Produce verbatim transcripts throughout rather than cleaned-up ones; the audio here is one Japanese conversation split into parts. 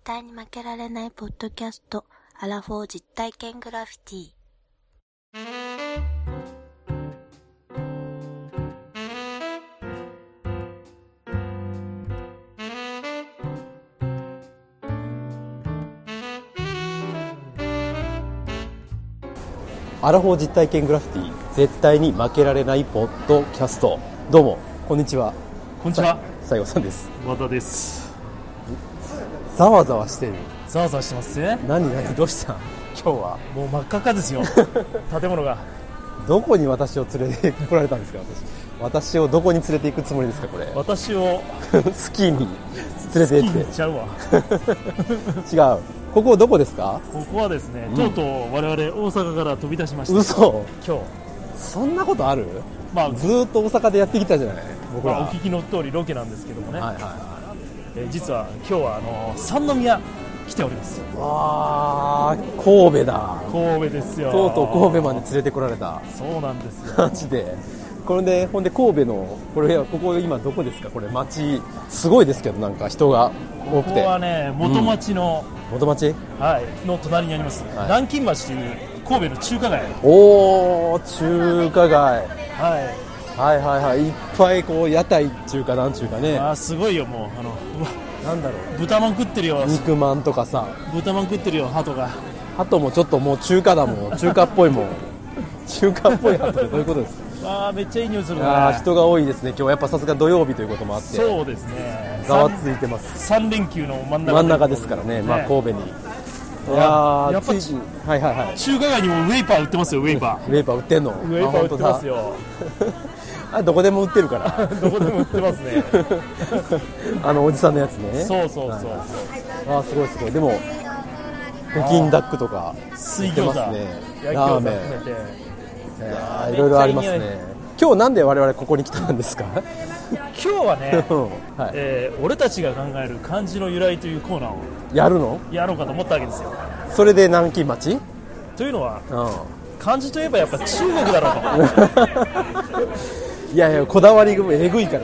対に負けられないポッドキャスト、アラフォー実体験グラフィティ。 アラフォー実体験グラフィティ、絶対に負けられないポッドキャスト。どうもこんにちは。 こんにちは。 西郷さんです。 和田です。 ざわざわしてる。 ざわざわしてますね。 何何どうした今日は。 もう真っ赤っかですよ建物が。 どこに私を連れて来られたんですか。私私をどこに連れて行くつもりですか。これ私をスキーに連れて行って。スキーに行っちゃう違わう。ここどこですか。 ここはですね、うん、とうとう我々大阪から飛び出しました。 嘘。 今日そんなことある。 まあ、 ずーっと大阪でやってきたじゃない僕ら、 まあ、お聞きの通りロケなんですけどもね、 はいはいはい。 えー、実は今日はあの三宮来ております。 わー、神戸だ。 神戸ですよ。 とうとう神戸まで連れてこられた。 そうなんですよ。 マジで。これでほんで神戸のこれここ今どこですか。これ街すごいですけど、なんか人が多くて。 ここはね、元町の、 うん、元町、 はい、の隣にあります、はい、南京町という神戸の中華街。 おー、中華街、はい、はいはいはい。いっぱいこう屋台中華なんちゅうかね。 あ、すごいよ。もうあのうわ、 なんだろう、 豚まん食ってるよ。 肉まんとかさ、 豚まん食ってるよ。鳩が鳩もちょっともう中華だもん。中華っぽいもん中華っぽい鳩ってどういうことですか。 あー、めっちゃいい匂いするね。 あ、人が多いですね。今日やっぱさすが土曜日ということもあって。 そうですね、 ざわついてます。 さん連休の真ん中真ん中ですからね、まあ、神戸に。いやー、やっぱついに、はいはいはい、中華街にもウェイパー売ってますよ。ウェイパーウェイパー売ってんの。 ウェイパー売ってますよあ、どこでも売ってるからどこでも売ってますねあのおじさんのやつね。 そうそうそう、はい、 あ、すごいすごい。でも北京ダックとか水餃子、 ね、 ラーメン、 いろいろありますね。今日なんで我々ここに来たんですか。 今日はね、 はい、 えー、俺たちが考える漢字の由来というコーナーをやるのやろうかと思ったわけですよ。それで南京町というのは、 うん、 漢字といえばやっぱ中国だろうといやいや、こだわりがえぐいから。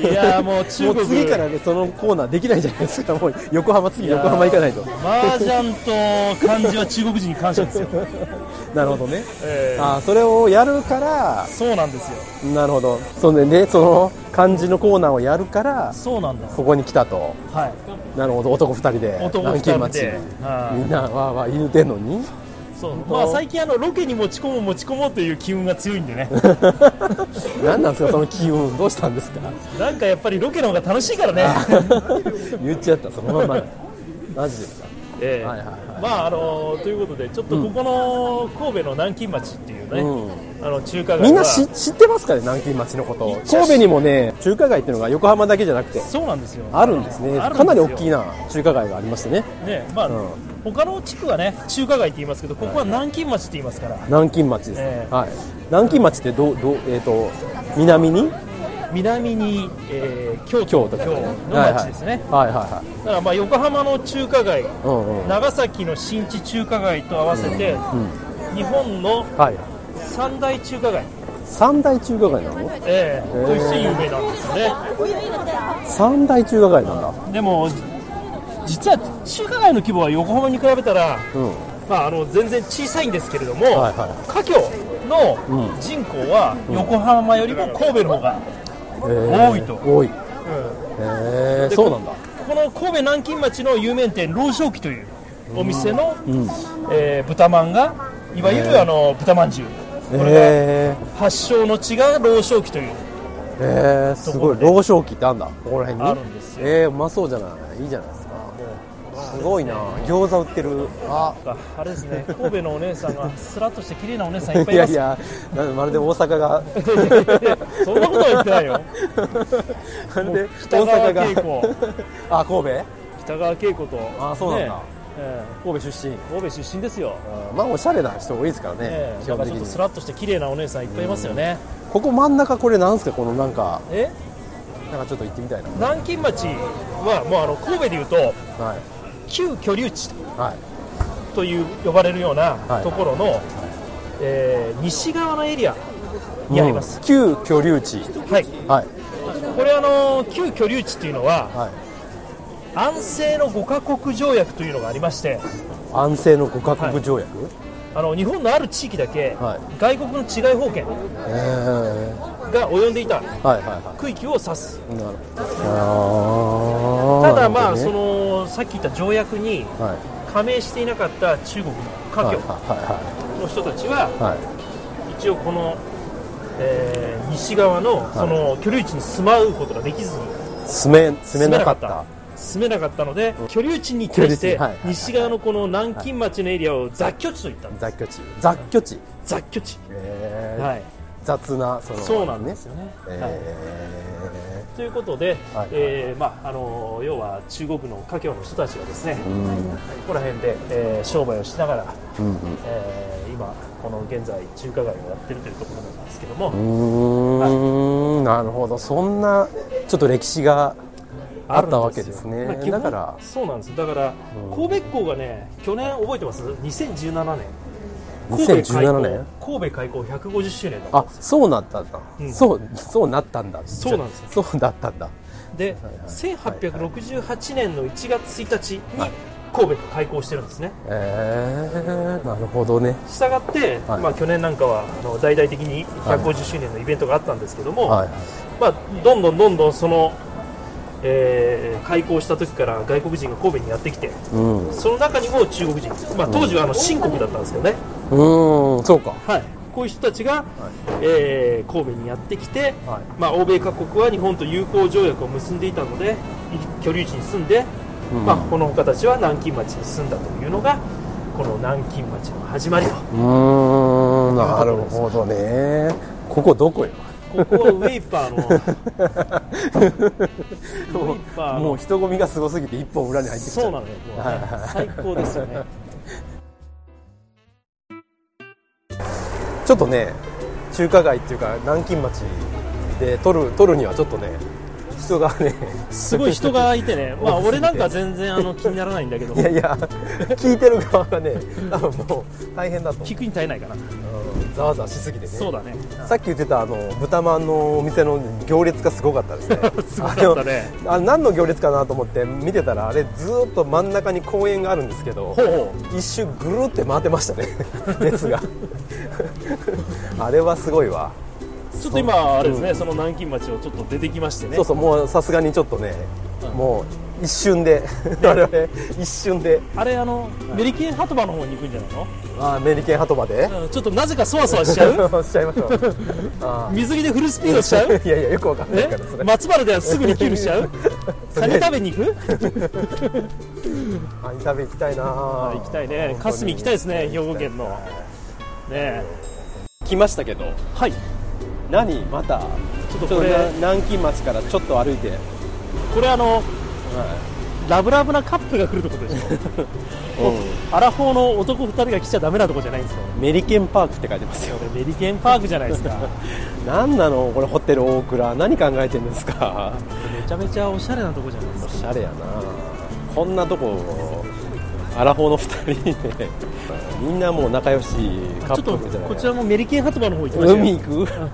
いやもう中国もう次から、ね、そのコーナーできないじゃないですか。もう横浜、次横浜行かないと。 麻雀と漢字は中国人に感謝ですよなるほどね、 えー、 あ、それをやるから。 そうなんですよ。 なるほど。それで、ね、その漢字のコーナーをやるから、 そうなんです、 ここに来たと。 はい、 なるほど。男ふたりで南京町、みんなわーわー言うてんのに。 そう、まあ、最近あのロケに持ち込もう持ち込もうという機運が強いんでね何なんですかその機運。どうしたんですか。 なんかやっぱりロケの方が楽しいからね言っちゃった、そのままマジですか。 えーはいはいはい、まああのー、ということでちょっとここの神戸の南京町っていうね、うん、あの中華街はみんな知ってますかね。南京町のこと。神戸にもね、中華街っていうのが横浜だけじゃなくて、 そうなんですよ、 あるんですね。かなり大きな中華街がありましてね。 ね、まあ、うん、他の地区はね中華街って言いますけど、ここは南京町って言いますから。はい、 南京町です、えーはい、南京町ってどど、えー、と南に南に、えー、京都京都の町ですね。 はいはいはいはい、 だからまあ横浜の中華街、 うんうん、 長崎の新地中華街と合わせて、うんうん、日本の三大中華街、 三大中華街なの。 ええー、として有名なんですよね。 三大中華街なんだ。 でも実は中華街の規模は横浜に比べたら、うん、まあ、あの全然小さいんですけれども、はいはい、華僑の人口は横浜よりも神戸の方が多いと、 多い、うん、へー、そうなんだ。 この神戸南京町の有名店老正記というお店の、うん、えー、豚まんがいわゆるあの豚まんじゅう、これが発祥の地が老正記という。 えー、すごい。老正記ってあんだ、ここら辺に。 あるんですよ。 えー、うまそうじゃない。いいじゃないですか。すごいな。餃子売ってる。 あ、あれですね。神戸のお姉さんがスラッとして綺麗なお姉さんいっぱいいます。 いやいや、まるで大阪がそんなことは言ってないよまるで北川景子あ、神戸北川景子と。 あ、そうなんだ、ね、 えー、 神戸出身。 神戸出身ですよ。 まあおしゃれな人多いですからね、 えー、なんかちょっとスラッとして綺麗なお姉さんいっぱいいますよね。 ここ真ん中、これなんですか。このなんかえなんかちょっと行ってみたいな。 南京町はもうあの神戸でいうと、はい、旧居留地という呼ばれるようなところの、はい、えー、西側のエリアにあります、 うん、旧居留地。 はい、 はい、 これあの旧居留地っていうのは、はい、 安政のごカ国条約というのがありまして、 安政のごカ国条約、はい、 あの日本のある地域だけ、はい、外国の治外法権が及んでいた区域を指す。なるほど。ただまあ、ね、そのさっき言った条約に加盟していなかった中国の華僑の人たちは、はい、一応この、えー、西側のその居留地に住まうことができずに住め、住めなかった住めなかったので、うん、居留地に対して西側のこの南京町のエリアを雑居地と言ったんです。 雑居地雑居地雑居地、 えーはい、雑なその、 ね、そうなんですよね、えーはい、ということで、はいえーまあ、あの要は中国の華僑の人たちがですね、うん、ここら辺で、えー、商売をしながら、うんうんえー、今この現在中華街をやってるというところなんですけども、うーん、はい、なるほど。そんなちょっと歴史があったわけですね。 まあ、だからそうなんです。だから、うん、神戸港がね、去年覚えてます？にせんじゅうななねんにせんじゅうななねん神戸開港ひゃくごじゅっしゅうねんだったんです。 あ、そうなったんだ、うん、そうそうなったんだそうなんですよ。 そうだったんだ。 で、はいはい、せんはっぴゃくろくじゅうはちねんのいちがつついたちに神戸が開港してるんですね。 えー、なるほどね。 したがって、はいまあ、去年なんかはあの大々的にひゃくごじゅっしゅうねんのイベントがあったんですけども、はいはいまあ、どんどんどんどんそのえー、開港した時から外国人が神戸にやってきて、うん、その中にも中国人、まあ、当時はあの清国だったんですけどね、 うん、そうか、 はい、こういう人たちが、はいえー、神戸にやってきて、はいまあ、欧米各国は日本と友好条約を結んでいたので居留地に住んで、うんまあ、この他たちは南京町に住んだというのがこの南京町の始まりと。 うーん、なるほどね。ここどこよ。 ここはウェイパーのウェイパーのもう人混みがすごすぎて一本裏に入ってきちゃう。 そうなのよ、もうね、最高ですよね。 ちょっとね中華街っていうか南京町で撮る撮るにはちょっとね人がねすごい人がいてねまあ俺なんか全然あの気にならないんだけどいやいや聞いてる側がね多分もう大変だと聞くに耐えないかな、 ざわざわしすぎてね。 そうだね。 さっき言ってたあの豚まんのお店の行列がすごかったですね。 すごかったね。 あのあ何の行列かなと思って見てたらあれずっと真ん中に公園があるんですけど、ほうほう一周ぐるって回ってましたね列があれはすごいわ。 ちょっと今あれですね、うん、その南京町をちょっと出てきましてね。 そうそう、もうさすがにちょっとね、うん、もう一瞬で我々一瞬であれあのメリケン鳩場の方に行くんじゃないの？ あメリケン鳩場で、 うん、ちょっとなぜかそわそわしちゃうしちゃいましょうあ水着でフルスピードしちゃういやいやよくわかんないからそれ松原ではすぐにキルしちゃうカニ食べに行くカニ食べ行きたいな行きたいね。霞行きたいですね、兵庫県のね。 来ましたけど、 はい、 何またちょっとこれ南京町からちょっと歩いて、 これあの、はい、ラブラブなカップルが来るところでしょ、うん、アラフォーの男ふたりが来ちゃダメなとこじゃないんですよ。 メリケンパークって書いてますよ。 メリケンパークじゃないですか何なのこれホテル大倉、何考えてるんですか。 めちゃめちゃおしゃれなとこじゃないですか。 おしゃれやな。こんなとこアラフォーのふたりでみんなもう仲良しカップルじゃない。 こちらもメリケン鳩場の方行きましたよ。 海行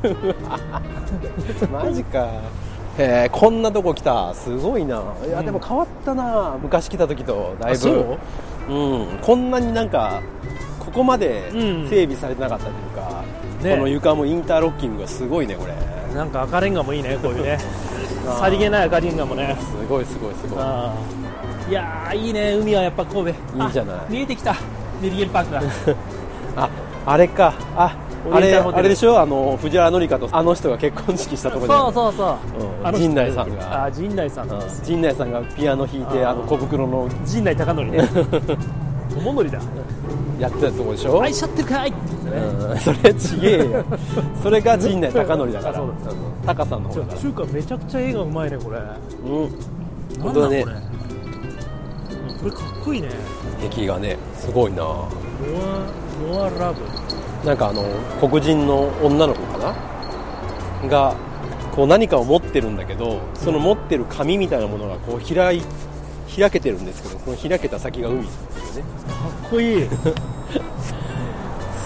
くマジか。へえ、こんなとこ来た。すごいな。いや、うん、でも変わったな、昔来た時とだいぶ。そう、うん、こんなになんかここまで整備されてなかったというか、うんね、この床もインターロッキングがすごいね。これなんか赤レンガもいいね、こういうねさりげない赤レンガもね、 すごいすごいすごい。あ、 いやーいいね、海はやっぱ神戸いいじゃない。 見えてきたメリケンパークがあ、あれか、ああれ、あれでしょ、あの藤原紀香とあの人が結婚式したところで、 そうそうそう、 うん、陣内さんが、 あ、陣内さん、うん、 陣内さんがピアノ弾いて、あの小袋の陣内貴則ね友則だやってたところでしょ。 愛しちゃってるかいって言ってね、 うん、それちげえよそれが陣内貴則だからタカさんの方だから。 中華めちゃくちゃ絵がうまいねこれ。うん、 本当だね。 これかっこいいね。 壁がねすごいな。 モア、モアラブ、 なんかあの黒人の女の子かながこう何かを持ってるんだけど、その持ってる紙みたいなものがこう開い開けてるんですけど、この開けた先が海なんですよね。 かっこいいす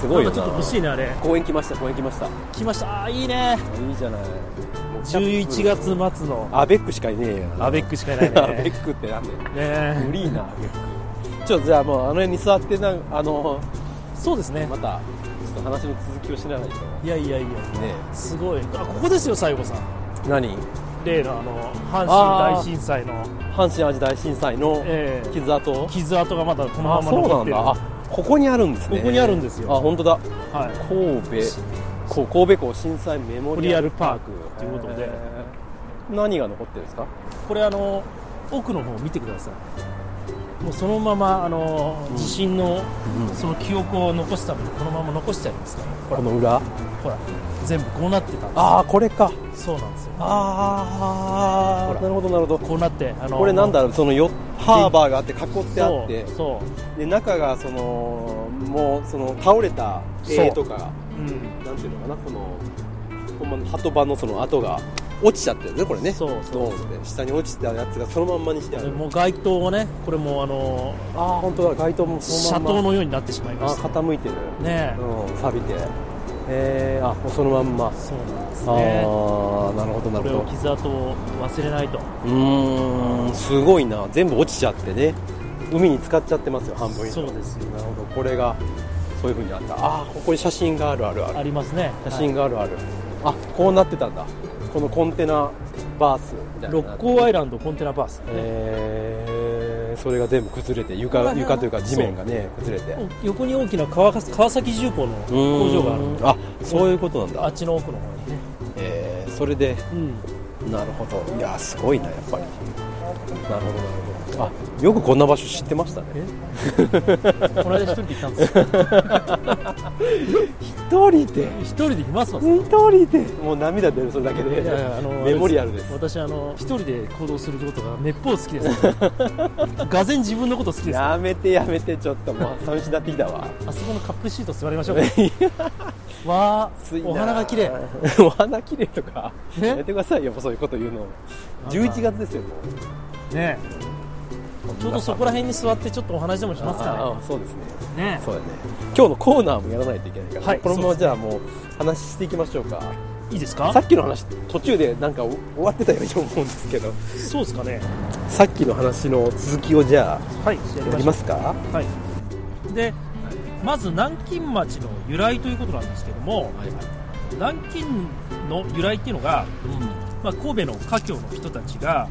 すごいよな。 ちょっと欲しいねあれ。 公園来ました公園来ました来ました。あーいいね。 いいじゃない。 じゅういちがつ末のアベックしかいねえよ。 アベックしかいないね。 アベックってなんでねフリーなアベック。ちょっとじゃあもうあの辺に座ってなんあのそうですね。 またちょっと話の続きをしながらと。 いやいやいや、ね、すごい。あ、ここですよ西郷さん。 何？ 例のあの阪神大震災の阪神・淡路大震災の傷跡、えー、 傷跡がまだこのまま残ってる。 あ、そうなんだ。あ、ここにあるんですね。 ここにあるんですよ。 あ、本当だ。 はい。 神戸神戸港震災メモリアルパークということで、 何が残ってるんですか？ これあの奥の方見てください。もうそのままあの、うん、地震の、うん、その記憶を残すためにこのまま残しちゃいますから。 この裏？ ほら全部こうなってたんです。 ああ、これか。 そうなんですよ。 ああ、なるほどなるほど。 こうなってあのこれなんだろう、そのよハーバーがあって囲ってあって、 そうそうで中がそのもうその倒れた絵とか、うん、なんていうのかな、このほんまの鳩場のその跡が落ちちゃってるね、これね。 そうそうそうで下に落ちてたやつがそのまんまにしてある。 もう街灯をね、これもあのああ本当だ、街灯もそのまんま車灯のようになってしまいました。 あ、傾いてるね、 うん、錆びて、えー、あ、もうそのまんま。 そうなんですね。 ああ、なるほどなるほど。 これを傷跡を忘れないと。 うーん、すごいな。全部落ちちゃってね、海に浸かっちゃってますよ、半分以上。 そうですよ。 なるほど、これがそういう風にあった。ああ、ここに写真があるあるある。 ありますね。 写真があるある。はい、あ、こうなってたんだ。このコンテナバースみたいな。 六甲アイランドコンテナバース、ね。 えー、それが全部崩れて、床床というか地面がね崩れて。 横に大きな川川崎重工の工場がある。 あ、そういうことなんだ。 あっちの奥の方にね。 えー、それで、 うん、 なるほど。いや、すごいな、やっぱり。なるほどなるほど。あ、よくこんな場所知ってましたね。 この間一人で行ったんですよ。 一人で一人で行きますわ。 一人でもう涙出る、それだけで。 いやいや、あのメモリアルです。 私あの一人で行動することがめっぽう好きです。がぜん自分のこと好きです。 やめてやめて、ちょっともう寂しなってきたわ。 あそこのカップシート座りましょうか。わー、お花が綺麗。 お花綺麗とかやめてくださいよ、そういうこと言うの。じゅういちがつですよ、もうね。ちょうどそこら辺に座ってちょっとお話でもしますかね。 ああ、そうですね。 ね、 そうだね。今日のコーナーもやらないといけないから、 はい、 このままじゃあもう話していきましょうか。 いいですか？ さっきの話途中でなんか終わってたように思うんですけど。 そうですかね。 さっきの話の続きをじゃあ、はい、やりますか？ はい。で、まず南京町の由来ということなんですけども、はい、南京の由来っていうのが、うん、まあ、神戸の華僑の人たちが、はい、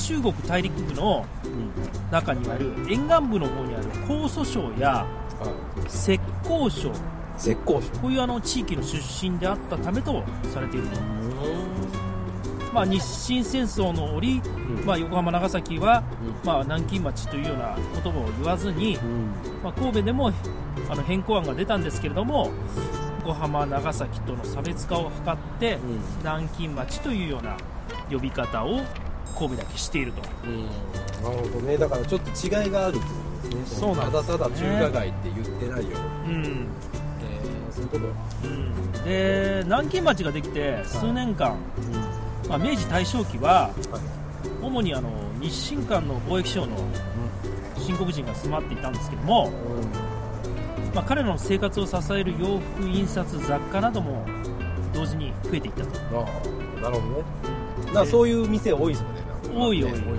中国大陸部の中にある沿岸部の方にある江蘇省や浙江省、 浙江省、 こういうあの地域の出身であったためとされていると。まあ、日清戦争の折、うん、まあ、横浜長崎は、うん、まあ、南京町というような言葉を言わずに、うん、まあ、神戸でもあの変更案が出たんですけれども、横浜長崎との差別化を図って、うん、南京町というような呼び方を神戸だけしていると。 うん、なるほどね。だからちょっと違いがあるってことですね。そうなんですね。ただただ中華街って言ってないよ。うん。えー、そういうこと。 うん。で、南京町ができて数年間、はい、うん、まあ、明治大正期は、はい、主にあの日清間の貿易商の新国人が住まっていたんですけども、うん、まあ、彼らの生活を支える洋服、印刷、雑貨なども同時に増えていったと。 ああ、なるほどね。だからそういう店多いですもんね。 多い多い多い、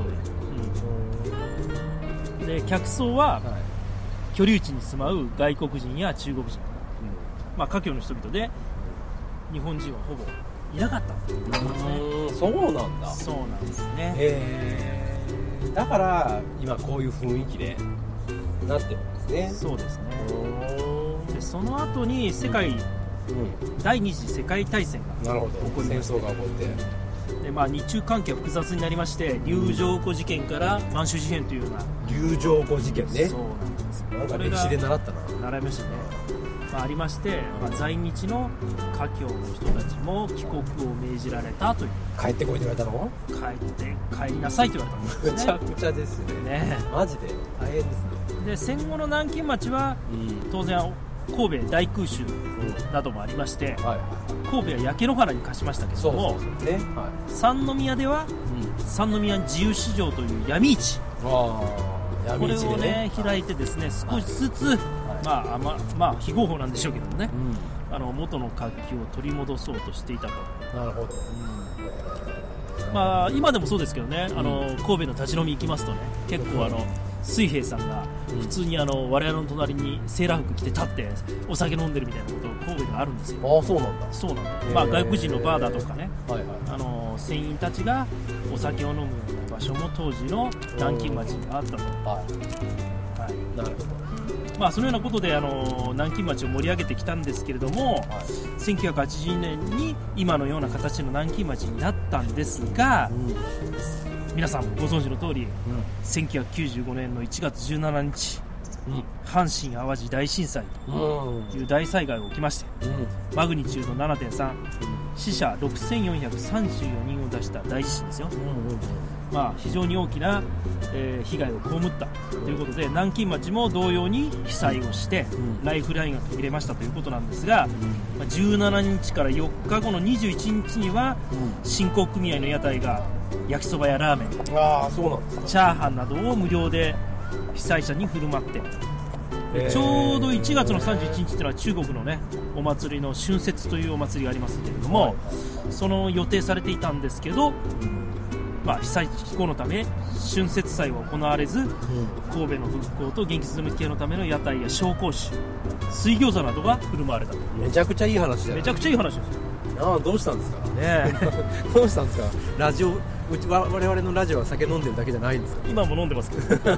うん、で客層は居留地に住まう外国人や中国人、うん、まあ、華僑の人々で日本人はほぼいなかったっていうことですね。 うん、そうなんだ。 そうなんですね。 へー、だから今こういう雰囲気でなってるんですね。 そうですね。でその後に世界、うん、第二次世界大戦が起こりました。 戦争が起こってで、まあ、日中関係は複雑になりまして、龍城湖事件から満州事変というような。 龍城湖事件ね。 そうなんです。 なんか歴史で習ったな。 習いましたね。まあ、ありまして、まあ、在日の華僑の人たちも帰国を命じられたという。 帰ってこいと言われたの？ 帰って帰りなさいと言われたんですね。 めちゃくちゃですね。ね、マジで大変ですね。 で戦後の南京町は、うん、当然神戸大空襲などもありまして、うん、はい、神戸は焼け野原に貸しましたけども、そうそうそう、ね、はい、三宮では、うん、三宮自由市場という闇市、あ、闇市、ね、これをね開いてですね、少しずつ、はい、 まあまあまあ非合法なんでしょうけどもね、うん、あの元の活気を取り戻そうとしていたと。 なるほど、 うん、まあ今でもそうですけどね、あの神戸の立ち飲み行きますとね、結構あの水兵さんが普通にあの我々の隣にセーラー服着て立ってお酒飲んでるみたいなことが神戸であるんですよ。 ああ、そうなんだ。 そうなんだ、まあ、外国人のバーだとかね、はいはい、あの船員たちがお酒を飲むような場所も当時の南京町にあったと、はいはい、なるほど。まあ、そのようなことであの南京町を盛り上げてきたんですけれども、はい、せんきゅうひゃくはちじゅうねんに今のような形の南京町になったんですが、うん、皆さんご存知の通り、うん、せんきゅうひゃくきゅうじゅうごねんのいちがつじゅうしちにち、うん、阪神・淡路大震災という大災害が起きまして、うん、マグニチュード ななてんさん、うん、死者ろくせんよんひゃくさんじゅうよにんを出した大地震ですよ、うんうんうん、まあ、非常に大きな、えー、被害を被ったということで、南京町も同様に被災をして、うん、ライフラインが途切れましたということなんですが、うんまあ、じゅうしちにちからよっかごのにじゅういちにちには、うん、振興組合の屋台が焼きそばやラーメン、 あー、そうなんですか。 チャーハンなどを無料で被災者に振る舞って、えー、ちょうどいちがつのさんじゅういちにちというのは中国のねお祭りの春節というお祭りがありますけれども、はい、その予定されていたんですけど、まあ、被災地復興のため春節祭は行われず、うん、神戸の復興と元気づむ系のための屋台や紹興酒、水餃子などが振る舞われたと。 めちゃくちゃいい話だよ。 めちゃくちゃいい話ですよ。 ああ、どうしたんですかねどうしたんですか。ラジオ、うち我々のラジオは酒飲んでるだけじゃないんですか。 今も飲んでますけど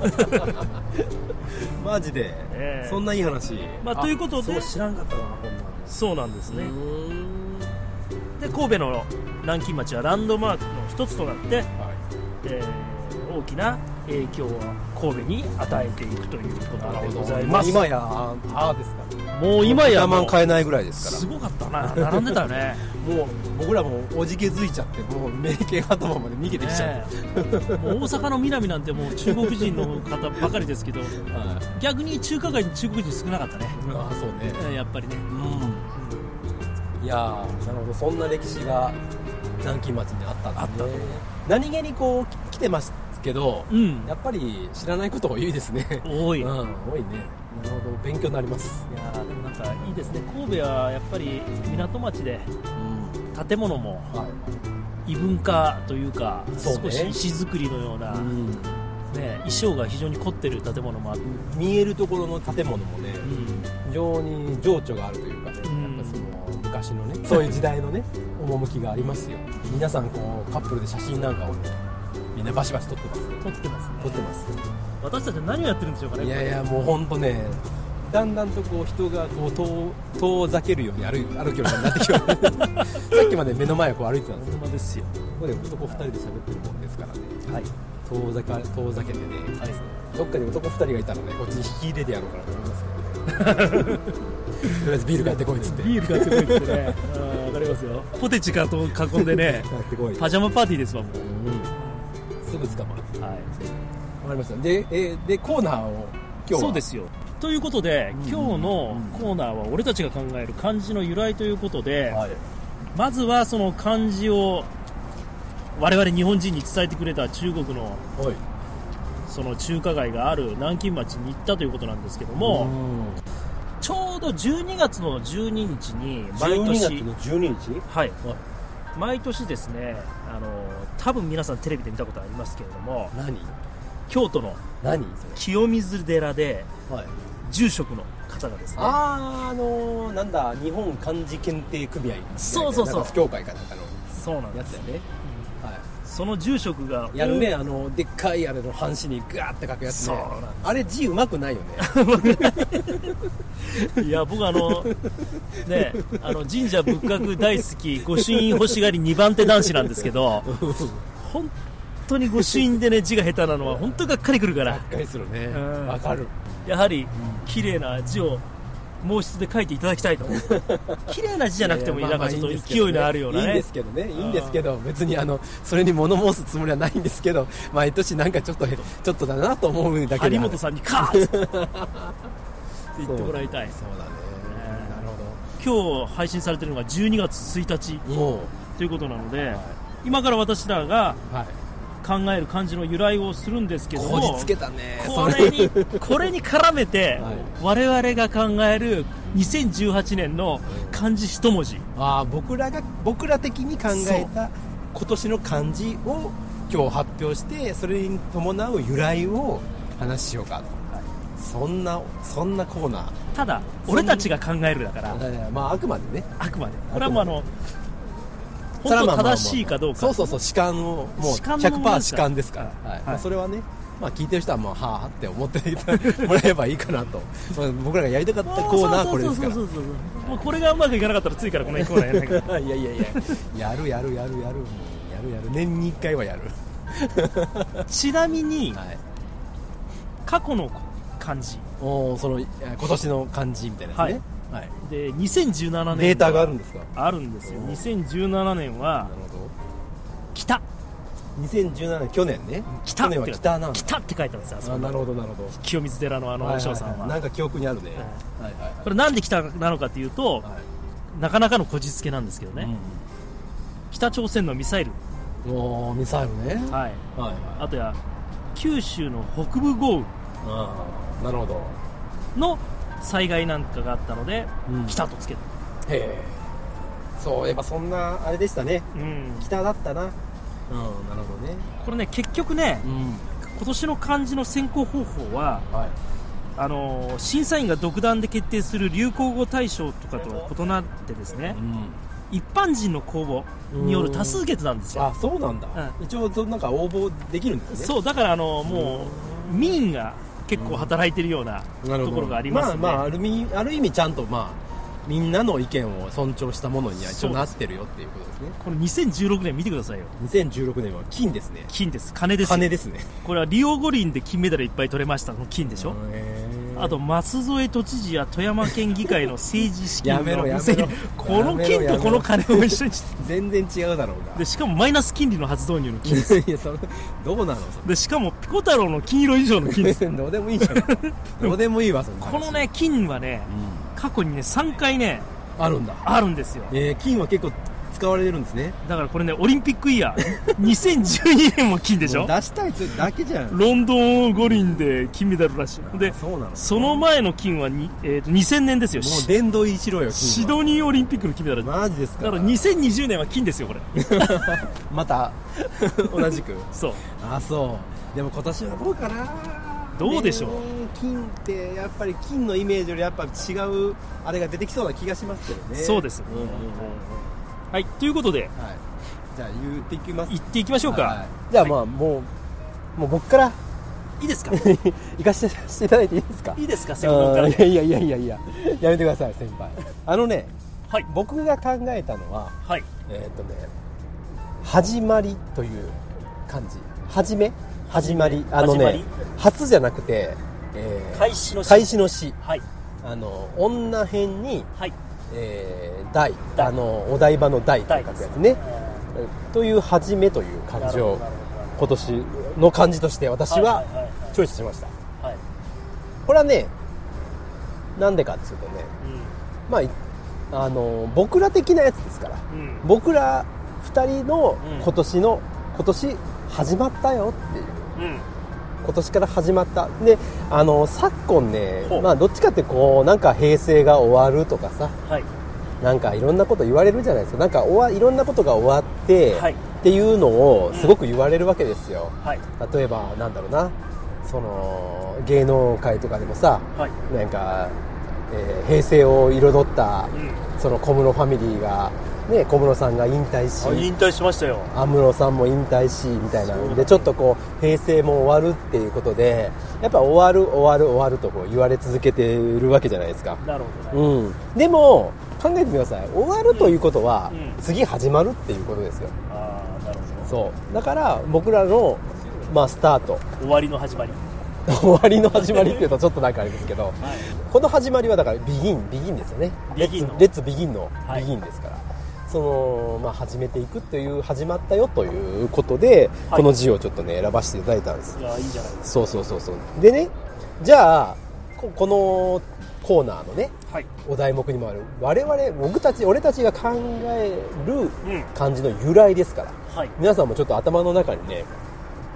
マジで、えー、そんないい話、 まあ、ということで、 そう知らんかったな、こんな。 そうなんですね。で神戸の南京町はランドマークの一つとなって、はい、えー、大きな影響を神戸に与えていくということでございます。 今やああですか。 もう今やもう買えないぐらいですから。 すごかったな、並んでたよねもう僕らもおじけづいちゃって、もう名犬頭まで逃げてきちゃって、 ね、もう大阪の南なんてもう中国人の方ばかりですけど、はい、逆に中華街に中国人少なかったね。 ああ、そうね、 やっぱりね、 うん、いやー、なるほど。そんな歴史が南京町にあったんですね。何気にこう来てますけど、うん、やっぱり知らないこと多いですね。 多い、うん、 多いね。なるほど、勉強になります。 いやでもなんかいいですね。神戸はやっぱり港町で、うん、建物も異文化というか、ね、少し石造りのような、うんね、衣装が非常に凝ってる建物もあって、 見えるところの建物もね、うん、非常に情緒があるというかね、うん、やっぱその昔のねそういう時代のね趣がありますよ。皆さんこうカップルで写真なんかをね、みんなバシバシ撮ってます。 撮ってますね。 撮ってます。 私たちは何をやってるんでしょうかね。 いやいや、もう本当ね、だんだんとこう人がこう遠遠ざけるように歩歩くようになってきますさっきまで目の前をこう歩いてたんですよ。 ほんまですよ。 ここで男ふたりで喋ってるもんですからね。はい。遠ざか遠ざけてね、はい、どっかに男ふたりがいたらね、こっちに引き入れてやろうかなと思いますけどねとりあえずビール買ってこいっつって。 ビール買ってこいっつってね。あ、わかりますよ。ポテチかと囲んでねパジャマパーティーですわもう、 うん、すぐ捕まる。はい、わかりました。で、えでコーナーを今日は。 そうですよ。ということで、うん、今日のコーナーは俺たちが考える漢字の由来ということで、はい、まずはその漢字を我々日本人に伝えてくれた中国の、はい、その中華街がある南京町に行ったということなんですけども、ちょうどじゅうにがつのじゅうににちに毎年、 じゅうにがつのじゅうににち、 はい、はい、毎年ですね、あの多分皆さんテレビで見たことありますけれども、 何京都の何清水寺で、はい、住職の方がですね、 あー、あのー、なんだ、日本漢字検定組合、 そうそうそう、 協会かなんかのそうなんですやつだよね、うん、はい、 その住職がやるね、あのでっかいあれの半紙にガーって書くやつね。あれ字うまくないよねいや僕あのね、あの神社仏閣大好き御朱印欲しがりにばん手男子なんですけど本当に御朱印でね字が下手なのは本当にがっかりくるから。 がっかりするね。わかる。 やはり綺麗な字を毛筆で書いていただきたいと綺麗な字じゃなくてもいい、なんかちょっと勢いのあるようなね、 いいんですけどね、いいんですけど、別にあのそれに物申すつもりはないんですけど、毎年なんかちょっとちょっとだなと思うだけで、 張本さんにカーッって言ってもらいたい。 そうだね、なるほど。今日配信されてるのがじゅうにがつついたちということなので、はい、今から私らが考える漢字の由来をするんですけども、 こじつけたね。 これにこれに絡めて、はい、我々が考えるにせんじゅうはちねんの漢字一文字、 あ僕らが僕ら的に考えた今年の漢字を今日発表して、それに伴う由来を話しようかと、はい、そんなそんなコーナー。 ただ俺たちが考えるだから、 まああくまでね、 あくまでこれはもうあの本当正しいかどうか、 そうそうそう、主観をもう ひゃくパーセント 主観ですから、はいはい、まあ、それはね、まあ、聞いてる人はもうはあって思ってもらえばいいかなとまあ僕らがやりたかったコーナーはこれですから、 もうこれがうまくいかなかったら次からこのコーナーやらないからいやいやいや、やるやるやるやるやるやる年にいっかいはやるちなみに、はい、過去の漢字、 おその今年の漢字みたいなですね、 はいはい、でにせんじゅうななねんデータがあるんですか？ あるんですよ。にせんじゅうななねんは北、 にせんじゅうななねん去年ね、 北去年は北なんだ、 北って書いてますよ。 あ、なるほどなるほど。 清水寺のあの和尚さんは、はいはいはい、 なんか記憶にあるね、 はいはいはい、これなんで北なのかというと、はい、なかなかのこじつけなんですけどね、うん、北朝鮮のミサイル、 おミサイルね、 はいはいはい、あとや九州の北部豪雨、 あなるほどの災害なんかがあったので、うん、北とつけた。 へえ、そういえばそんなあれでしたね、うん、北だったな、うん、なるほどね。 これね結局ね、うん、今年の漢字の選考方法は、はい、あの審査員が独断で決定する流行語大賞とかとは異なってですね、うん、一般人の公募による多数決なんですよ。 あ、そうなんだ、うん、一応そのなんか応募できるんですね。 そうだからあのもう民が結構働いてるようなところがありますね。 まあまあある意味、ある意味ちゃんとまあみんなの意見を尊重したものには一応なってるよっていうことですね。 これにせんじゅうろくねん見てくださいよ。 にせんじゅうろくねんは金ですね。 金です。金です。 金ですね。 これはリオ五輪で金メダルいっぱい取れましたの金でしょ。あと舛添都知事や富山県議会の政治資金のやめろやめろこの金とこの金を一緒に全然違うだろうが。 でしかもマイナス金利の初導入の金ですいやそれどうなのそれでしかもピコ太郎の金色以上の金ですどうでもいいじゃんどうでもいいわそんなこのね金はね、うん、過去にねさんかいねあるんだあるんですよ、 えー、金は結構使われてるんですね。 だからこれねオリンピックイヤーにせんじゅうにねんも金でしょ出したいだけじゃん。 ロンドン五輪で金メダルらしいで、 そうなの。 その前の金はに、えー、とにせんねんですよ。 もう殿堂入りしろよ。 シドニーオリンピックの金メダル。 マジですか。 だからにせんにじゅうねんは金ですよこれまた同じくそうあそうでも今年はどうかな。 どうでしょう、ね、 金ってやっぱり金のイメージよりやっぱ違うあれが出てきそうな気がしますけどね。 そうです、うんうんうん、はいということで、はい、 じゃあ言っていきます言っていきましょうか、はいはい、 じゃあまあ、はい、もうもう僕からいいですか行かせていただいていいですか。 いいですか先輩から。いやいやいやいやいややめてください先輩。あのね、 はい、 僕が考えたのは、 はい、 えっとね始まりという漢字。始め始まり、あのね初じゃなくて、 えー、開始の詩開始の詩、 はい、 あの女編に、 はい、 えー、題あのお台場の題と書くやつね、という始めという漢字を今年の漢字として私はチョイスしました、はい、これはねなんでかっていうとね、うん、まああの僕ら的なやつですから、うん、僕らふたりの今年の、うん、今年始まったよっていう、うん、今年から始まったで、あの昨今ね、まあ、どっちかってこうなんか平成が終わるとかさ、はい、なんかいろんなこと言われるじゃないですか。なんか終わいろんなことが終わって、はい、っていうのをすごく言われるわけですよ、うんはい、例えばなんだろうな、その芸能界とかでもさ、はい、なんか、えー、平成を彩った、うん、その小室ファミリーがね、小室さんが引退し、 引退しましたよ。 安室さんも引退しみたいなので、ちょっとこう平成も終わるっていうことで、やっぱ終わる終わる終わるとこう言われ続けてるわけじゃないですか。 なるほど、ね、 うん。でも考えてみてください。終わるということは、うん、次始まるっていうことですよ。 ああ、なるほど。 そうだから僕らのまあスタート、 終わりの始まり終わりの始まりっていうとちょっとなんかあれですけど、はい、この始まりはだからビギンビギンですよね。レッツレッツビギンのビギンですから。はい、そのまあ、始めていくという始まったよということで、はい、この字をちょっとね選ばせていただいたんです。 いやいいじゃないですか。 そうそうそうそうでね、じゃあ こ, このコーナーのね、はい、お題目にもある我々僕たち俺たちが考える漢字の由来ですから、うんはい、皆さんもちょっと頭の中にね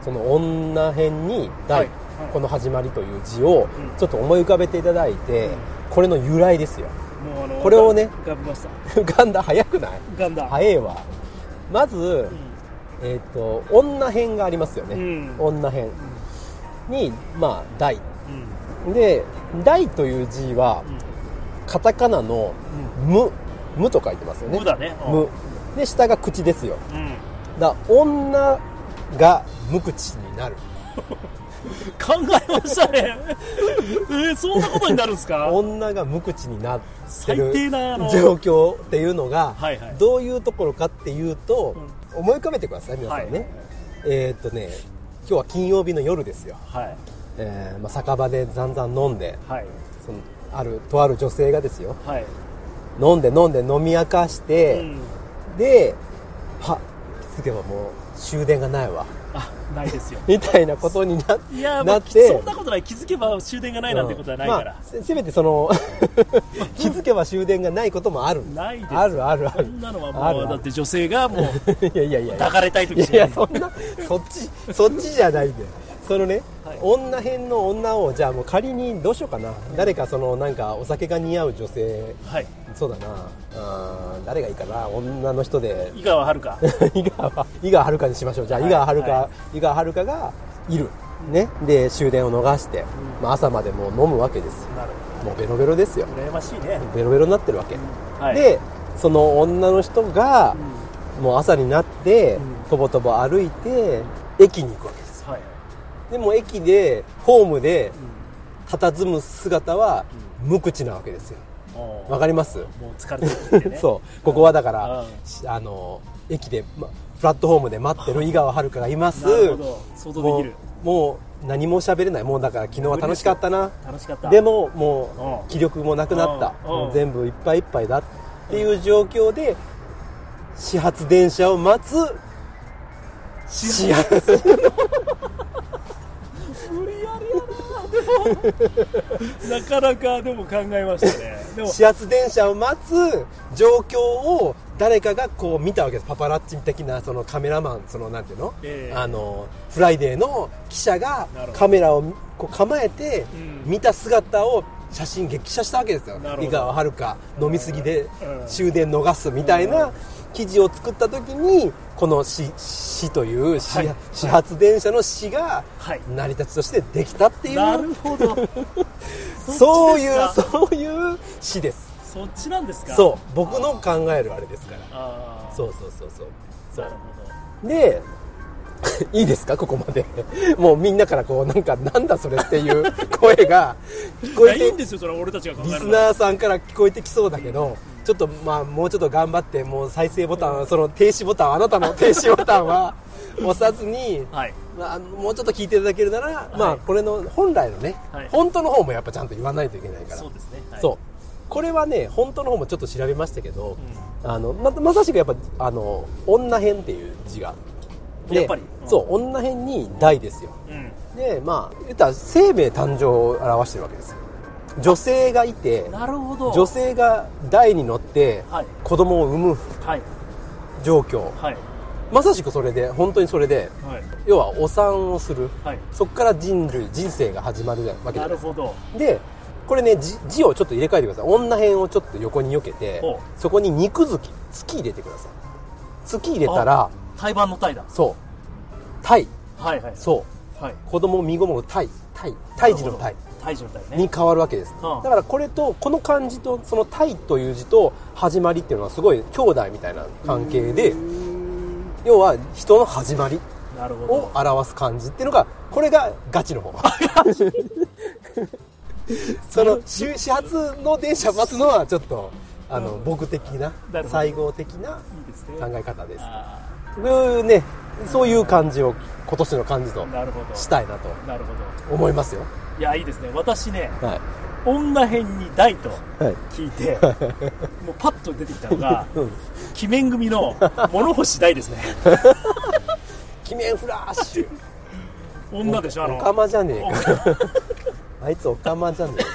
その女編に大、はいはい、この始まりという字をちょっと思い浮かべていただいて、うん、これの由来ですよ。 もうあのこれをね浮かびました。 浮かんだ。早くない？ 浮かんだ。 早いわ。まず、うん、えっと女編がありますよね、うん、女編にまあ大、うん、で大という字は、うん、カタカナの無、無と書いてますよね。 無だね。 無で下が口ですよ、うん、だ女が無口になる考えましたねえー、そんなことになるんですか？ 女が無口になってる最低な状況っていうのが、 はいはい、 どういうところかっていうと、うん、思い浮かべてください皆さんね、はいはい、えー、っとね今日は金曜日の夜ですよ、はい、えーまあ、酒場でざんざん飲んで、はい、そのあるとある女性がですよ、はい、飲んで飲んで飲み明かして、うん、では気づけばもう終電がないわ、 あ、ないですよみたいなことに な, いや、 なって、 そんなことない。気づけば終電がないなんてことはないから、うん、まあ、 せ, せめてその気づけば終電がないこともある。 ないです。 あるあるある。 そんなのはもうあるある。だって女性がもういやいやいや抱かれたい時いやいや、そんなそっちそっちじゃないんだよ。そのね、はい、女編の女をじゃあもう仮にどうしようかな、誰かそのなんかお酒が似合う女性、はい、そうだなあ、誰がいいかな、女の人で井川遥井川井川遥にしましょう。じゃあ、はい、井川遥、はい、井川遥がいる、ね、で終電を逃して、うん、まあ、朝までもう飲むわけですよ。なるほど。もうベロベロですよ。 羨ましいね。 ベロベロになってるわけ、うん、はい、でその女の人が、うん、もう朝になって、うん、とぼとぼ歩いて駅に行くわけです。はい、でも駅でホームで佇む姿は無口なわけですよ。わかります？もう疲れてきてねそうここはだから、うん、あの駅で、ま、プラットフォームで待ってる井川遥がいます。 なるほど、想像できる。 もう、もう何も喋れない。もうだから昨日は楽しかったな。 楽しかった。 でももう気力もなくなった。もう全部いっぱいいっぱいだっていう状況で始発電車を待つ。始発無理やりやな。でもなかなかでも考えましたね。でも始発電車を待つ状況を誰かがこう見たわけです。パパラッチ的なそのカメラマン、そのなんていうの、えー、あのフライデーの記者がカメラをこう構えて見た姿を写真激写したわけですよ。井川遥飲みすぎで終電逃すみたいな記事を作った時に、この死、死という死、はい、始発電車の死が成り立ちとしてできたっていう、 なるほどそういうそういう死です。 そっちなんですか？ そう、僕の考えるあれですから。あ、そうそうそうそうそう。なるほど。でいいですか、ここまでもうみんなからこうなんかなんだそれっていう声が聞こえていいんですよ、それは俺たちが考える。 リスナーさんから聞こえてきそうだけど、ちょっとまあもうちょっと頑張って、もう再生ボタン、その停止ボタン、あなたの停止ボタンは押さずに、はい、まあ、もうちょっと聞いていただけるなら、はい、まあこれの本来のね、はい、本当の方もやっぱちゃんと言わないといけないから。 そうですね、はい、 そう、これはね本当の方もちょっと調べましたけど、うん、あの ま, まさしくやっぱあの女編っていう字がやっぱり、 うん、そう女編に大ですよ、うん、でまあ言ったら生命誕生を表してるわけですよ。女性がいて、 なるほど、 女性が台に乗って子供を産む状況、はい、まさしくそれで本当にそれで、はい、要はお産をする、はい、そこから人類人生が始まるわけです。 なるほど。 でこれね 字, 字をちょっと入れ替えてください。女編をちょっと横に避けて、そこに肉付き月入れてください。月入れたら胎盤の胎だ。 そう胎、 はいはい、 そう、はい、子供を身ごもる胎胎胎児の胎胎児の胎、ね、 に変わるわけです、はあ、だからこれとこの漢字とその胎という字と始まりっていうのはすごい兄弟みたいな関係で、要は人の始まりを表す漢字っていうのが、これがガチの方その始発の電車待つのはちょっとあの、うん、僕的な西郷的な考え方です。でね、そういう感じを今年の漢字としたいなと思いますよ。 いや、いいですね。私ね、はい、女編に大と聞いて、はい、もうパッと出てきたのが、うん、鬼面組の物干し大ですね鬼面フラッシュ女でしょ、あのおかまじゃねえかあいつおかまじゃねえか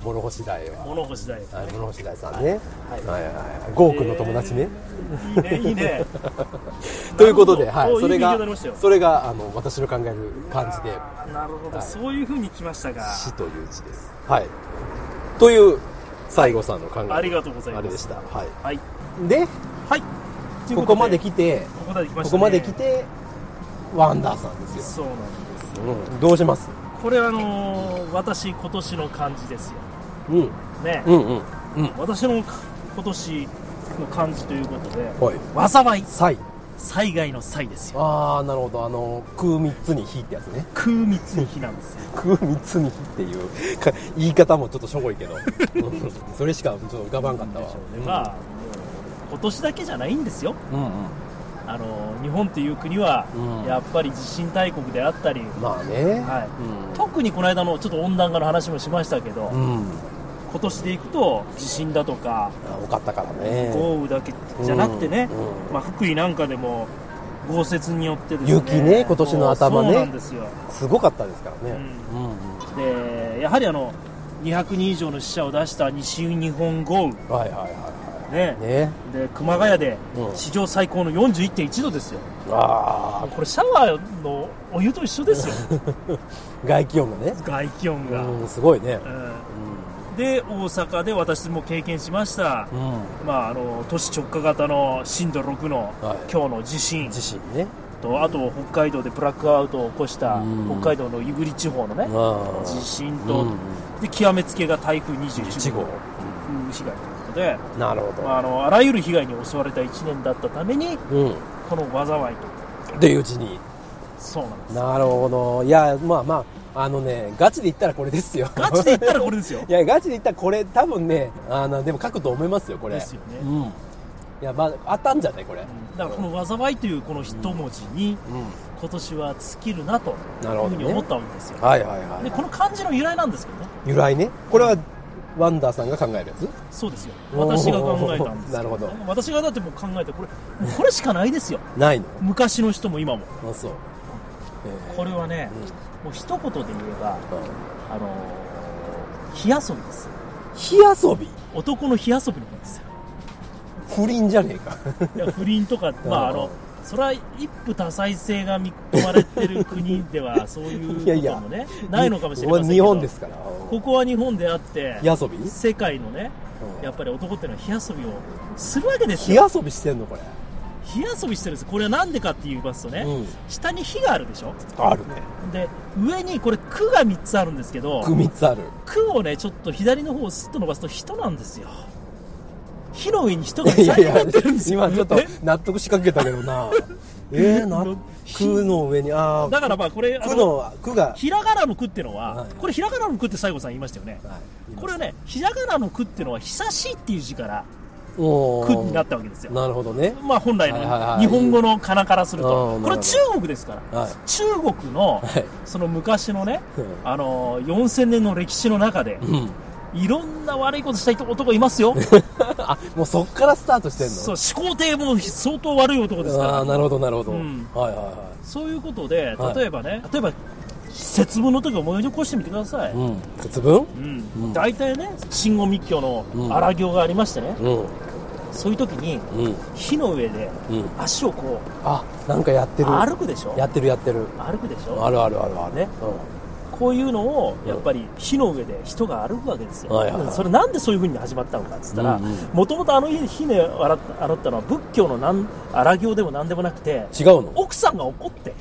諸星大は諸星大、ね、 はい、諸星大さんね、はいはいはいはい、ゴーくんの友達ね、 えー、いいねいいねということで、はい、それがそれがあの私の考える感じで、 なるほど、はい、そういう風に来ましたが、 死という字です。はい。という西郷さんの考え、 ありがとうございます。 あれでした。はい。 はい、 で、 はい、 ここまで来て、 ここまで来ましたね、 ここまで来てワンダーさんですよ。 そうなんですよ。 うん、どうします？ これはあのー、私今年の漢字ですよ。 うん。 ね。 うんうんうん。 私の今年の漢字ということで、 はい、 災い。 災。 災害の災ですよ。 ああ、なるほど。あの空三つに火ってやつね。 空三つに火なんですよ。 空三つに火っていう言い方もちょっとしょぼいけど、それしかちょっと浮かばんかったわ。 でしょうね。まあ今年だけじゃないんですよ。うんうん。あの日本という国はやっぱり地震大国であったり、 まあね、 はい、うん、特にこの間のちょっと温暖化の話もしましたけど、うん、今年でいくと地震だとか多かったからね、 豪雨だけじゃなくてね、うんうん、まあ、福井なんかでも豪雪によってですね、 雪ね、今年の頭ね、 そうなんですよ、 すごかったですからね、うんうん、でやはりあのにひゃくにん以上の死者を出した西日本豪雨、 はいはいはいねね、で熊谷で史上最高の よんじゅういってんいちどですよ、うん、あこれシャワーのお湯と一緒ですよ外気温がね、 外気温が、 うん、すごいね、 うん、で大阪で私も経験しました、うん、まあ、あの都市直下型の震度ろくの、はい、今日の地震地震ねと、あと北海道でブラックアウトを起こした、うん、北海道の胆振地方のね地震と、うん、で極めつけが台風にじゅういちごう、うん、被害で、 なるほど、 あのあらゆる被害に襲われたいちねんだったために、うん、この災いとでいう字に、 そうなんです。 なるほど。いや、まあまあ、あのね、ガチで言ったらこれですよ。 ガチで言ったらこれですよ。 いや、ガチで言ったらこれ、多分ね、あのでも書くと思いますよ、これ。 ですよね。 うん、いや、まあ、当たんじゃないこれ、うん、 だからこの災いというこの一文字に、うんうん、今年は尽きるなというふうに思ったわけですよ。 ね、はいはいはい。 でこの漢字の由来なんですけどね。 由来ね。これはワンダーさんが考えるやつ？ そうですよ。私が考えたんですよ、ね。なるほど。私がだってもう考えて、これこれしかないですよ。 ないの？ 昔の人も今も。 あ、そう。 えー、これはね、うん、もう一言で言えば、うん、あのー、火遊びです。 火遊び？ 男の火遊びなんですよ。 不倫じゃねえか。 いや不倫とか、まああの。それは一夫多妻制が認められてる国ではそういうこともねいやいやないのかもしれませんけど、 日本ですから、 ここは日本であって火遊び世界のね、やっぱり男っていうのは火遊びをするわけですよ。 火遊びしてんのこれ？ 火遊びしてるんです。これはなんでかって言いますとね、うん、下に火があるでしょ。 あるね。 で上にこれ区がみっつあるんですけど、 区みっつある。 区をねちょっと左の方をスッと伸ばすと人なんですよ。火の上に人がいっぱい乗ってるんですよ。 今ちょっと納得しかけたけどなえー、な区の上に、あだからまあこれ区の区がひらがなの区っていうのは、はい、これひらがなの区って西郷さん言いましたよね、はい、これはねひらがなの区っていうのは久しいっていう字から区になったわけですよ。 なるほどね。 まあ本来の日本語の仮名からすると、これ中国ですから、はい、中国のその昔のね、あのよんせんねんの歴史の中で、うん、いろんな悪いことした男いますよあ、もうそっからスタートしてんの？ そう、始皇帝も相当悪い男ですから。 あ、なるほどなるほど、うん、はいはいはい。 そういうことで、例えばね、はい、例えば節分の時思い起こしてみてください、うん、 節分、 うんうん、大体ね真言密教の荒行がありましてね、うん、そういう時に、うん、火の上で足をこう、 あ、なんかやってる、 歩くでしょ。 やってるやってる歩くでしょ。 あるあるあるあるね、 うん、こういうのをやっぱり火の上で人が歩くわけですよ、はいはいはい、それなんでそういう風に始まったのかって言ったら、もともとあの火で洗ったのは仏教のなん荒行でもなんでもなくて、 違うの？ 奥さんが怒って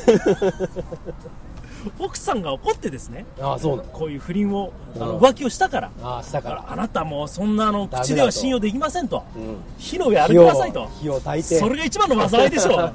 奥さんが怒ってですね、 ああ、そうなの。 こういう不倫を、あの浮気をしたから、 ああ、したから、 あなたもうそんなの口では信用できませんと、うん、火の上歩きなさいと、 火を焚いて、 それが一番の災いでしょう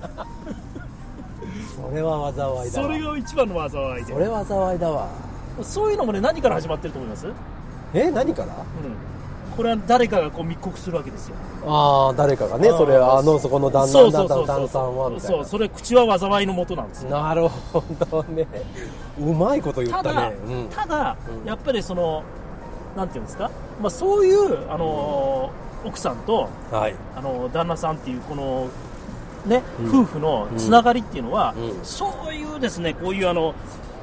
それは災いだわ。 それが一番の災いで、 それは災いだわ。 そういうのもね、何から始まってると思います？ え、何から？うん、 これは誰かがこう密告するわけですよ。 ああ、誰かがね、それあのそこの旦那旦さんはみたいな。 そう、それ口は災いの元なんですよ。 なるほどね。うまいこと言ったね。 ただ、うん、ただやっぱりそのなんていうんですか、まあそういうあの、うん、奥さんと、はい、あの旦那さんっていうこのね、うん、夫婦のつながりっていうのは、うん、そういうですね、こういうあの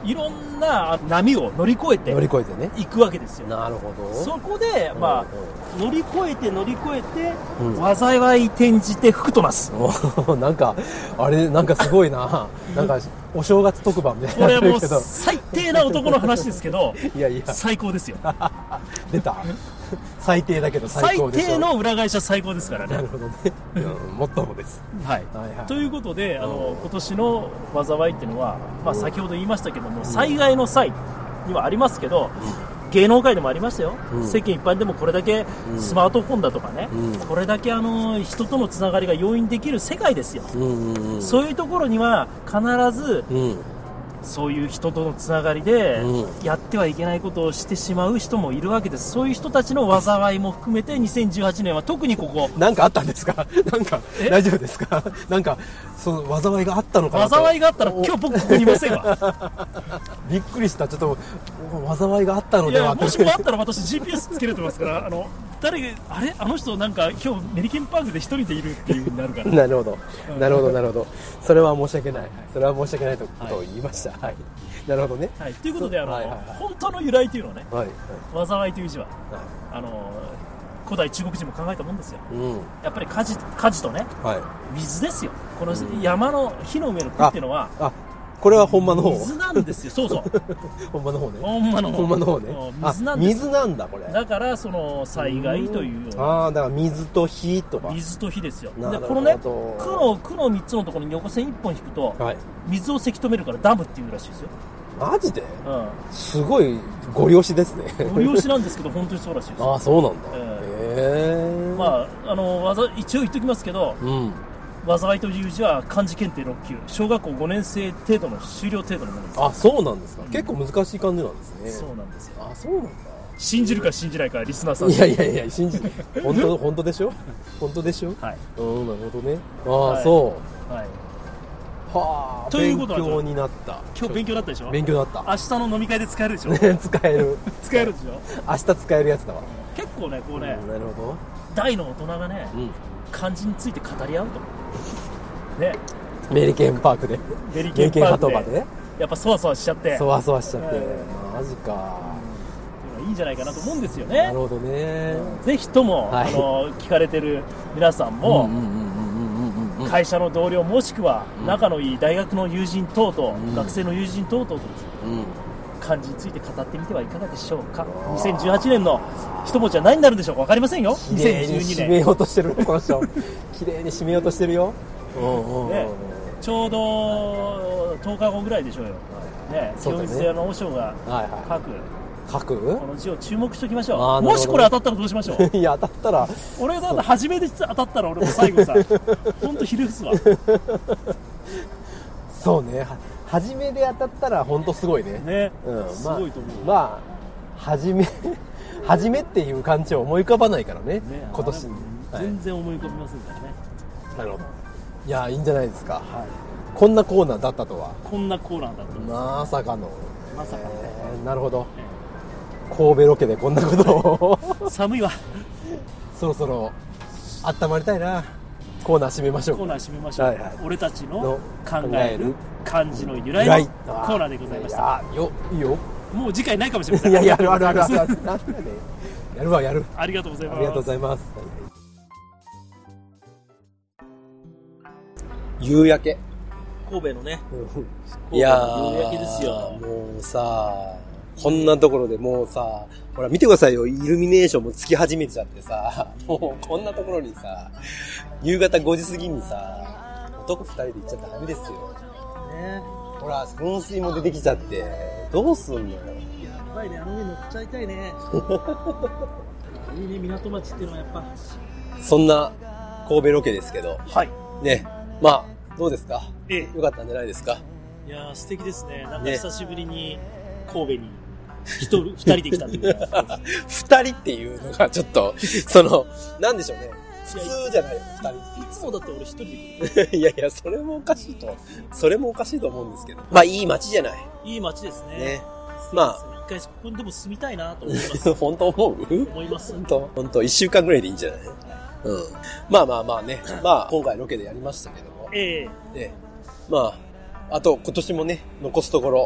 いろんな波を乗り越えて乗り越えてねいくわけですよ。 なるほど。 そこで、まあ、うんうん、乗り越えて乗り越えて、うん、災い転じて福となす。 なんかあれなんかすごいな。なんかお正月特番みたいな。 これはもう最低な男の話ですけどいやいや最高ですよ。 出た。最低だけど最高でしょ。 最低の裏返しは最高ですからね。 なるほどね。うん、もっともです。 はい。はいはい、ということで、あの今年の災いっていうのは、まあ先ほど言いましたけども、災害の際にはありますけど、うん、芸能界でもありましたよ。うん、世間一般でもこれだけスマートフォンだとかね、うん、これだけあの人とのつながりが容易にできる世界ですよ。うんうんうん、そういうところには必ず。うんそういう人とのつながりでやってはいけないことをしてしまう人もいるわけです。そういう人たちの災いも含めてにせんじゅうはちねんは特にここなんかあったんですか？なんか大丈夫ですか？なんかその災いがあったのかなと。 災いがあったら今日僕ここにいませんわ。 びっくりした。ちょっと災いがあったのでは。 いやもしもあったら私 ジーピーエス つけれてますから、あの誰あれあの人なんか今日メリケンパークで一人でいるっていう風になるから。 なるほどなるほどなるほど。それは申し訳ない。それは申し訳ないとことを言いました。はいはい、なるほどね。 はい、ということで、あの、はいはいはい、本当の由来というのはね、はいはい、災いという字は、はい、あの古代中国人も考えたもんですよ。うん、やっぱり火事、火事とね、はい、水ですよ。この山の火の上の木っていうのは、 ああこれは本間の方。 水なんですよ。そうそう。 本間の方ね。 本間の方。 本間の方ね。 水なんです。 水なんだこれ。 だからその災害というような。 ああだから水と火とか。 水と火ですよ。でこのね区の区のみっつのところに横線いっぽん引くと、はい、水をせき止めるからダムっていうらしいですよ。 マジで？うん。すごいご利用しですね。 ご利用しなんですけど本当にそうらしいですよ。 ああそうなんだ。へえ。まああのわざ一応言っときますけど。うん。災いという字は漢字検定ろっ級、小学校ごねん生程度の修了程度のものです。 あ、そうなんですか、うん、結構難しい漢字なんですね。 そうなんですよ。 あ、そうなんだ。 信じるか信じないかリスナーさん。 いやいやいや信じ本当本当でしょ本当でしょ。はい。うん、なるほどね。ああ、はい、そうはいはあ、ということは勉強になった。 今日勉強だったでしょ。 勉強だった。 明日の飲み会で使えるでしょ。 使える使えるでしょ。 明日使えるやつだわ。 結構ねこうね、 うん、なるほど。 大の大人がね、うん、漢字について語り合うとね、 メリケンパークでメリケンパークで、 でやっぱそわそわしちゃってそわそわしちゃって、えー、マジか、 うん、いいんじゃないかなと思うんですよね。 なるほどね、 うん、ぜひとも、はい、あの聞かれてる皆さんも会社の同僚もしくは仲のいい大学の友人等々、うん、学生の友人等々とですね、うん漢字について語ってみてはいかがでしょうか。にせんじゅうはちねんの一文字は何になるんでしょうか。分かりませんよ。 にせんじゅうにねん締めようとしてるこの人綺麗に締めようとしてるよ。 ね、ちょうどとおかごぐらいでしょうよ、ね、清水屋の和尚が書く、はいはい、 書くこの字を注目しておきましょう。もしこれ当たったらどうしましょう。 いや当たったら俺だって初めで当たったら俺も最後さ本当ひれ伏すわ。 そうね、初めで当たったら本当すごいね。 ね、うん、すごいと思う。 まあ、まあ、初め初めっていう漢字を思い浮かばないからね、ね今年に。 全然思い浮かびませんからね。 なるほど。いやいいんじゃないですか、はい、こんなコーナーだったとは。 こんなコーナーだったまさかの。 まさかの、 えー、なるほど、えー、神戸ロケでこんなことを寒いわ。 そろそろ温まりたいな。コーナー締めましょう。 コーナー締めましょう、はいはい、俺たちの考える漢字の由来のコーナーでございました。 いやよいいよ。 もう次回ないかもしれません。 いややるあるあるあるあるやるわやる。 ありがとうございます。 ありがとうございます。夕焼け。 神戸のね。 いやー、 夕焼けですよ。 もうさ、こんなところでもうさ、ほら見てくださいよ、イルミネーションもつき始めちゃってさ、もうこんなところにさ、夕方ごじ過ぎにさ、男二人で行っちゃダメですよ。ね。ほら、噴水も出てきちゃって、どうすんのよ。やばいね、あの上乗っちゃいたいね。いいね、港町っていうのはやっぱ。 そんな神戸ロケですけど。 はい。 ね、まあ、どうですか？ ええ。 よかったんじゃないですか？ いやー、素敵ですね。なんか久しぶりに神戸に一人、二人で来たっていう。 二人っていうのがちょっと、その、なんでしょうね。普通じゃないよ、二人。 いつもだって俺一人で来る。いやいや、それもおかしいと。それもおかしいと思うんですけど。まあ、いい街じゃない。 いい街ですね。 ね。まあ。 一回ここにでも住みたいなと思います。 本当思う？ 思います。 本当本当一週間ぐらいでいいんじゃない？うん。まあまあまあね。まあ、今回ロケでやりましたけども。 ええ。 で、まあ、あと今年もね、残すところ、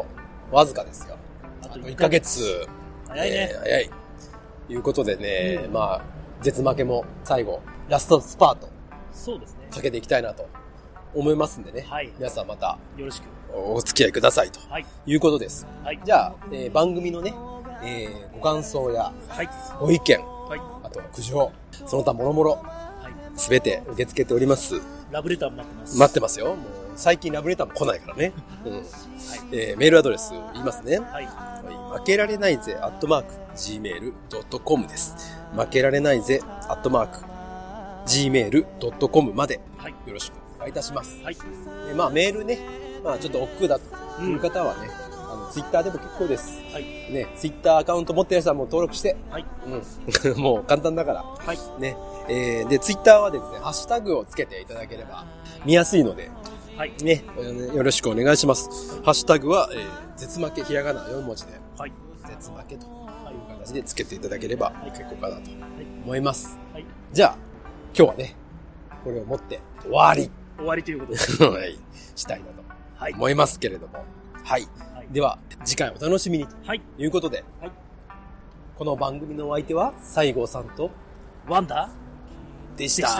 わずかですよ。あといっかげつ。 早いね。 えー、早い。ということでね、うん、まあ、絶負けも最後、ラストスパート。 そうですね。 かけていきたいなと思いますんでね。 はい。 皆さんまた、 よろしく。 お付き合いくださいと。 はい。 いうことです。 はい。 じゃあ、えー、番組のね、えー、ご感想や、 はい。 ご意見、 はい。 あとは苦情、その他もろもろ、はい。すべて受け付けております。 ラブレターも待ってます。 待ってますよ。もう、最近ラブレターも来ないからね。うん。はい。えー、メールアドレス言いますね。はい。負けられないぜ、アットマーク、ジーメールドットコム です。負けられないぜ、アットマーク、ジーメールドットコム まで、はい。よろしくお願いいたします。はい。えー、まあ、メールね、まあ、ちょっと億劫だという方はね、うん、あの、ツイッターでも結構です。はい。ね、ツイッターアカウント持ってる人はもう登録して、はい。うん。もう簡単だから。はい。ね。えー、で、ツイッターはですね、ハッシュタグをつけていただければ見やすいので、はい。ね、よろしくお願いします。ハッシュタグは、えー、絶負け、ひらがなよん文字で、はい。絶負けという形でつけていただければ結構かなと思います。はい。じゃあ、今日はね、これをもって終わり。 終わりということで。 はい。したいなと思いますけれども。はい。はい、では、次回お楽しみにということで、はい。この番組のお相手は、西郷さんと、 ワンダでした。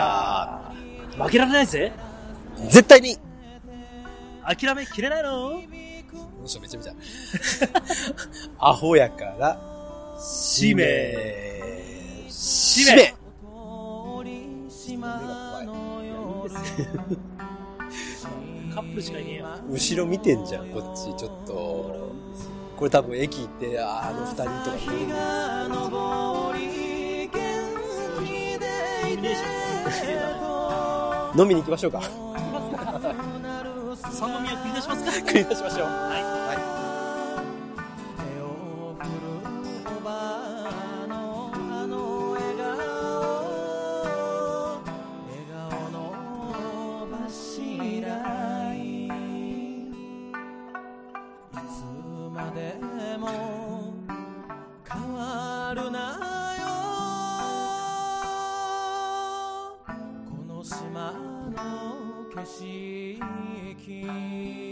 負けられないぜ。 絶対に諦めきれないの？ この人めちゃめちゃアホやから使命使命カップルしかいねえよ。 後ろ見てんじゃんこっちちょっとこれ多分駅行ってあの二人とかいるんです飲みに行きましょうか三宮繰り出しますか繰り出しましょう。はい。はい。 島の景色